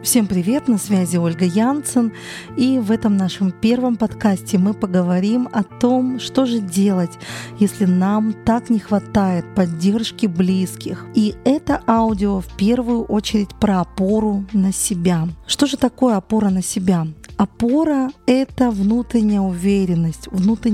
Всем привет, на связи Ольга Янцен, и в этом нашем первом подкасте мы поговорим о том, что же делать, если нам так не хватает поддержки близких. И это аудио в первую очередь про опору на себя. Что же такое опора на себя? Опора — это внутренняя уверенность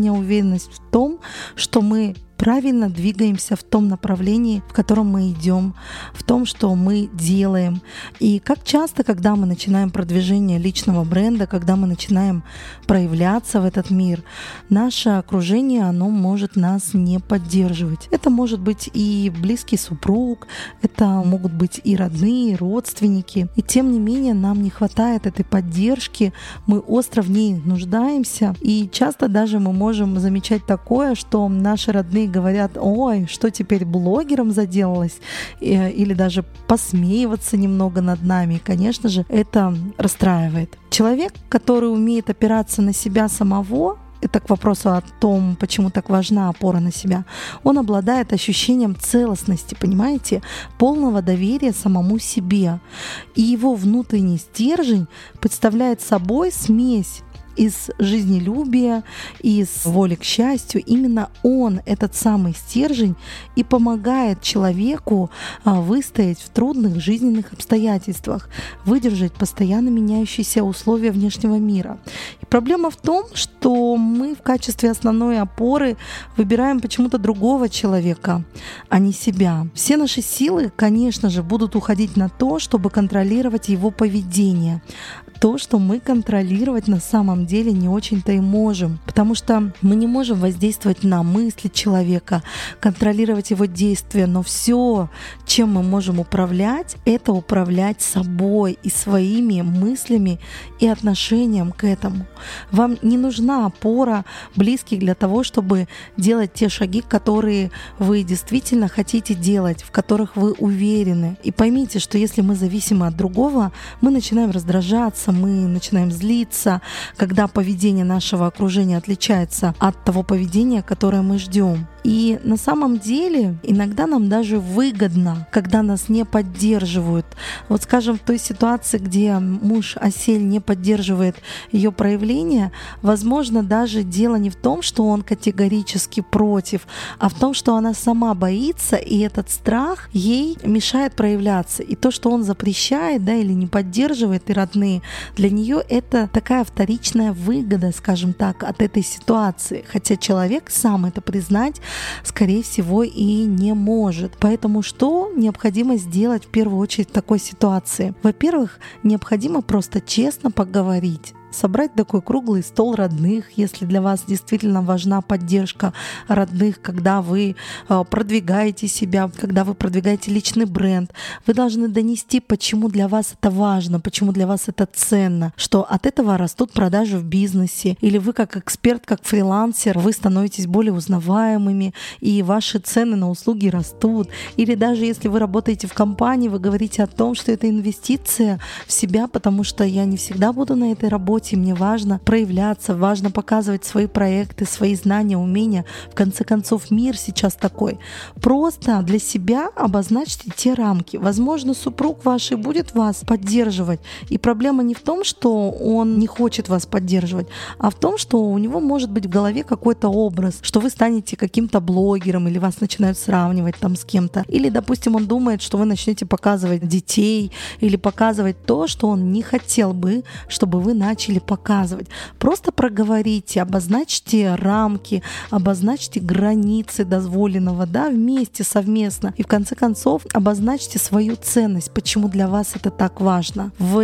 в том, что мы правильно двигаемся в том направлении, в котором мы идем, в том, что мы делаем. И как часто, когда мы начинаем продвижение личного бренда, когда мы начинаем проявляться в этот мир, наше окружение, оно может нас не поддерживать. Это может быть и близкий супруг, это могут быть и родные, и родственники. И тем не менее нам не хватает этой поддержки, мы остро в ней нуждаемся. И часто даже мы можем замечать такое, что наши родные говорят: ой, что теперь блогером заделалась, или даже посмеиваться немного над нами. И, конечно же, это расстраивает. Человек, который умеет опираться на себя самого, это к вопросу о том, почему так важна опора на себя, он обладает ощущением целостности, понимаете, полного доверия самому себе. И его внутренний стержень представляет собой смесь из жизнелюбия, из воли к счастью. Именно он, этот самый стержень, и помогает человеку выстоять в трудных жизненных обстоятельствах, выдержать постоянно меняющиеся условия внешнего мира. И проблема в том, что мы в качестве основной опоры выбираем почему-то другого человека, а не себя. Все наши силы, конечно же, будут уходить на то, чтобы контролировать его поведение. То, что мы контролировать на самом деле не очень-то и можем, потому что мы не можем воздействовать на мысли человека, контролировать его действия, но все, чем мы можем управлять, это управлять собой и своими мыслями и отношением к этому. Вам не нужна опора близких для того, чтобы делать те шаги, которые вы действительно хотите делать, в которых вы уверены. И поймите, что если мы зависимы от другого, мы начинаем раздражаться, мы начинаем злиться, когда поведение нашего окружения отличается от того поведения, которое мы ждем. И на самом деле иногда нам даже выгодно, когда нас не поддерживают. Вот, скажем, в той ситуации, где муж Асель не поддерживает ее проявление, возможно, даже дело не в том, что он категорически против, а в том, что она сама боится, и этот страх ей мешает проявляться. И то, что он запрещает, или не поддерживает, и родные, для нее это такая вторичная выгода, скажем так, от этой ситуации. Хотя человек сам это признать, скорее всего, и не может. Поэтому что необходимо сделать в первую очередь в такой ситуации? Во-первых, необходимо просто честно поговорить. Собрать такой круглый стол родных, если для вас действительно важна поддержка родных, когда вы продвигаете себя, когда вы продвигаете личный бренд. Вы должны донести, почему для вас это важно, почему для вас это ценно, что от этого растут продажи в бизнесе, или вы как эксперт, как фрилансер, вы становитесь более узнаваемыми, и ваши цены на услуги растут. Или даже если вы работаете в компании, вы говорите о том, что это инвестиция в себя, потому что я не всегда буду на этой работе, и мне важно проявляться, важно показывать свои проекты, свои знания, умения. В конце концов, мир сейчас такой. Просто для себя обозначьте те рамки. Возможно, супруг ваш и будет вас поддерживать. И проблема не в том, что он не хочет вас поддерживать, а в том, что у него может быть в голове какой-то образ, что вы станете каким-то блогером, или вас начинают сравнивать там с кем-то. Или, допустим, он думает, что вы начнете показывать детей или показывать то, что он не хотел бы, чтобы вы начали показывать. Просто проговорите, обозначьте рамки, обозначьте границы дозволенного, вместе, совместно. И в конце концов обозначьте свою ценность, почему для вас это так важно. В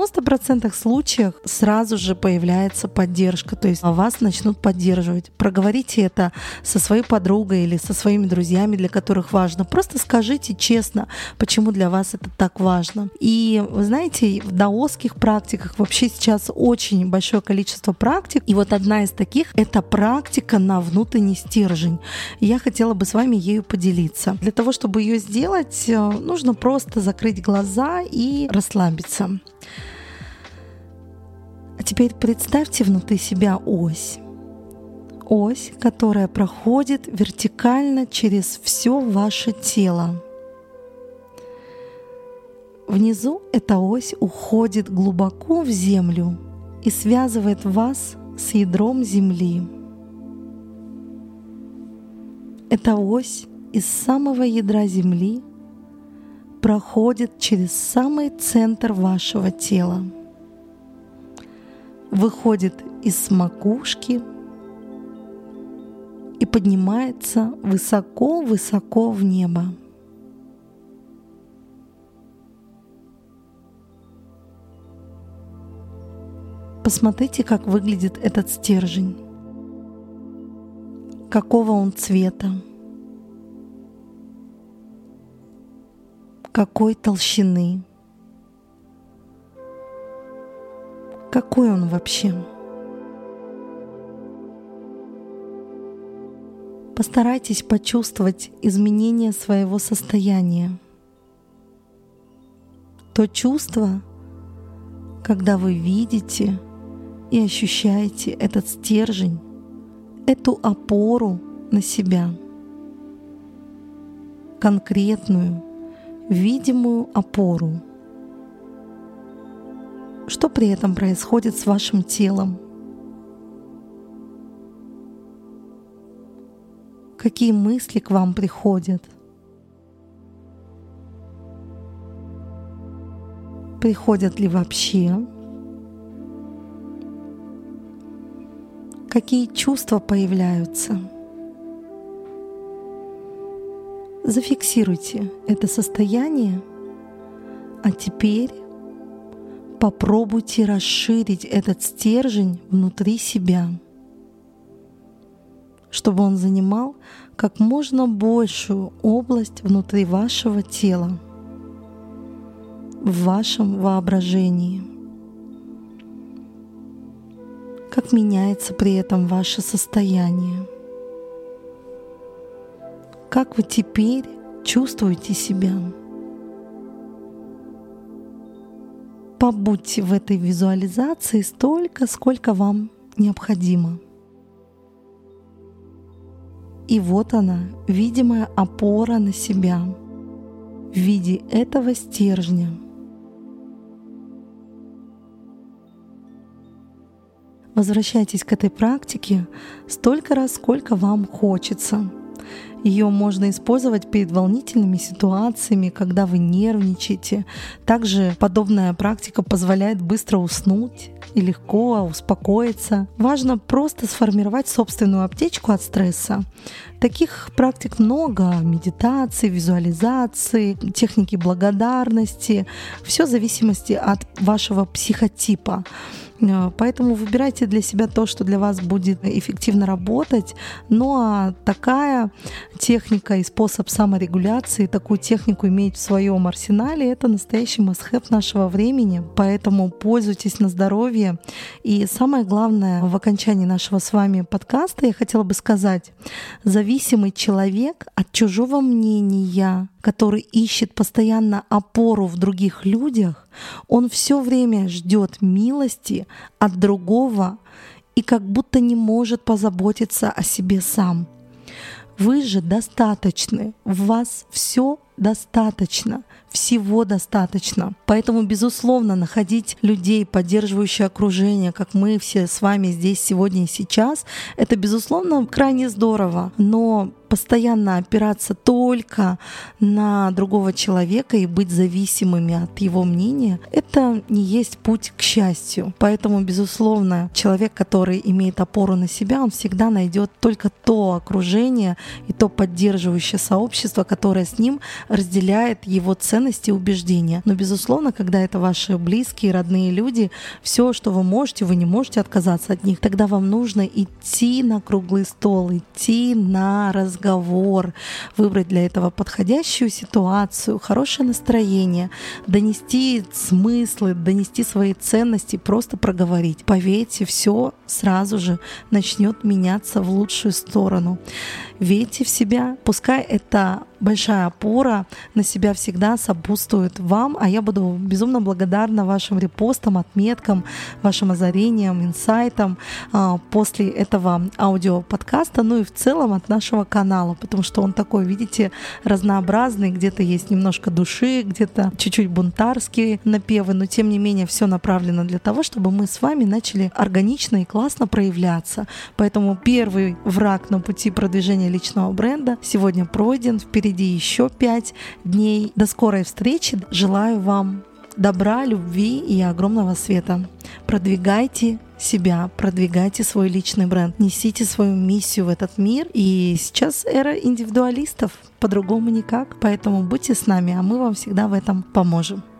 90% случаев сразу же появляется поддержка, то есть вас начнут поддерживать. Проговорите это со своей подругой или со своими друзьями, для которых важно. Просто скажите честно, почему для вас это так важно. И вы знаете, в даосских практиках вообще сейчас очень большое количество практик. И вот одна из таких — это практика на внутренний стержень. Я хотела бы с вами ею поделиться. Для того, чтобы ее сделать, нужно просто закрыть глаза и расслабиться. А теперь представьте внутри себя ось. Ось, которая проходит вертикально через все ваше тело. В Внизу эта ось уходит глубоко в землю и связывает вас с ядром Земли. Эта ось из самого ядра Земли проходит через самый центр вашего тела, выходит из макушки и поднимается высоко-высоко в небо. Посмотрите, как выглядит этот стержень, какого он цвета, какой толщины, какой он вообще. Постарайтесь почувствовать изменение своего состояния. То чувство, когда вы видите и ощущаете этот стержень, эту опору на себя, конкретную, видимую опору. Что при этом происходит с вашим телом? Какие мысли к вам приходят? Приходят ли вообще? Какие чувства появляются? Зафиксируйте это состояние, а теперь попробуйте расширить этот стержень внутри себя, чтобы он занимал как можно большую область внутри вашего тела, в вашем воображении. Как меняется при этом ваше состояние? Как вы теперь чувствуете себя? Побудьте в этой визуализации столько, сколько вам необходимо. И вот она, видимая опора на себя в виде этого стержня. Возвращайтесь к этой практике столько раз, сколько вам хочется. Ее можно использовать перед волнительными ситуациями, когда вы нервничаете. Также подобная практика позволяет быстро уснуть и легко успокоиться. Важно просто сформировать собственную аптечку от стресса. Таких практик много: медитации, визуализации, техники благодарности. Все в зависимости от вашего психотипа. Поэтому выбирайте для себя то, что для вас будет эффективно работать. Ну а такая техника и способ саморегуляции, такую технику иметь в своем арсенале, это настоящий must-have нашего времени. Поэтому пользуйтесь на здоровье. И самое главное, в окончании нашего с вами подкаста я хотела бы сказать: зависимый человек от чужого мнения, который ищет постоянно опору в других людях, он все время ждет милости от другого и как будто не может позаботиться о себе сам. Вы же достаточны, в вас все достаточно, всего достаточно. Поэтому, безусловно, находить людей, поддерживающее окружение, как мы все с вами здесь сегодня и сейчас, это, безусловно, крайне здорово. Но постоянно опираться только на другого человека и быть зависимыми от его мнения, это не есть путь к счастью. Поэтому, безусловно, человек, который имеет опору на себя, он всегда найдет только то окружение и то поддерживающее сообщество, которое с ним разделяет его ценности и убеждения. Но, безусловно, когда это ваши близкие, родные люди, все, что вы можете, вы не можете отказаться от них. Тогда вам нужно идти на круглый стол, идти на разговор, выбрать для этого подходящую ситуацию, хорошее настроение, донести смыслы, донести свои ценности, просто проговорить. Поверьте, все сразу же начнет меняться в лучшую сторону. Верьте в себя, пускай это большая опора, на себя всегда сопутствует вам, а я буду безумно благодарна вашим репостам, отметкам, вашим озарениям, инсайтам после этого аудиоподкаста, ну и в целом от нашего канала, потому что он такой, видите, разнообразный, где-то есть немножко души, где-то чуть-чуть бунтарские напевы, но тем не менее все направлено для того, чтобы мы с вами начали органично и классно проявляться. Поэтому первый враг на пути продвижения личного бренда сегодня пройден, впереди еще 5 дней. До скорой встречи. Желаю вам добра, любви и огромного света. Продвигайте себя, продвигайте свой личный бренд, несите свою миссию в этот мир. И сейчас эра индивидуалистов, по-другому никак. Поэтому будьте с нами, а мы вам всегда в этом поможем.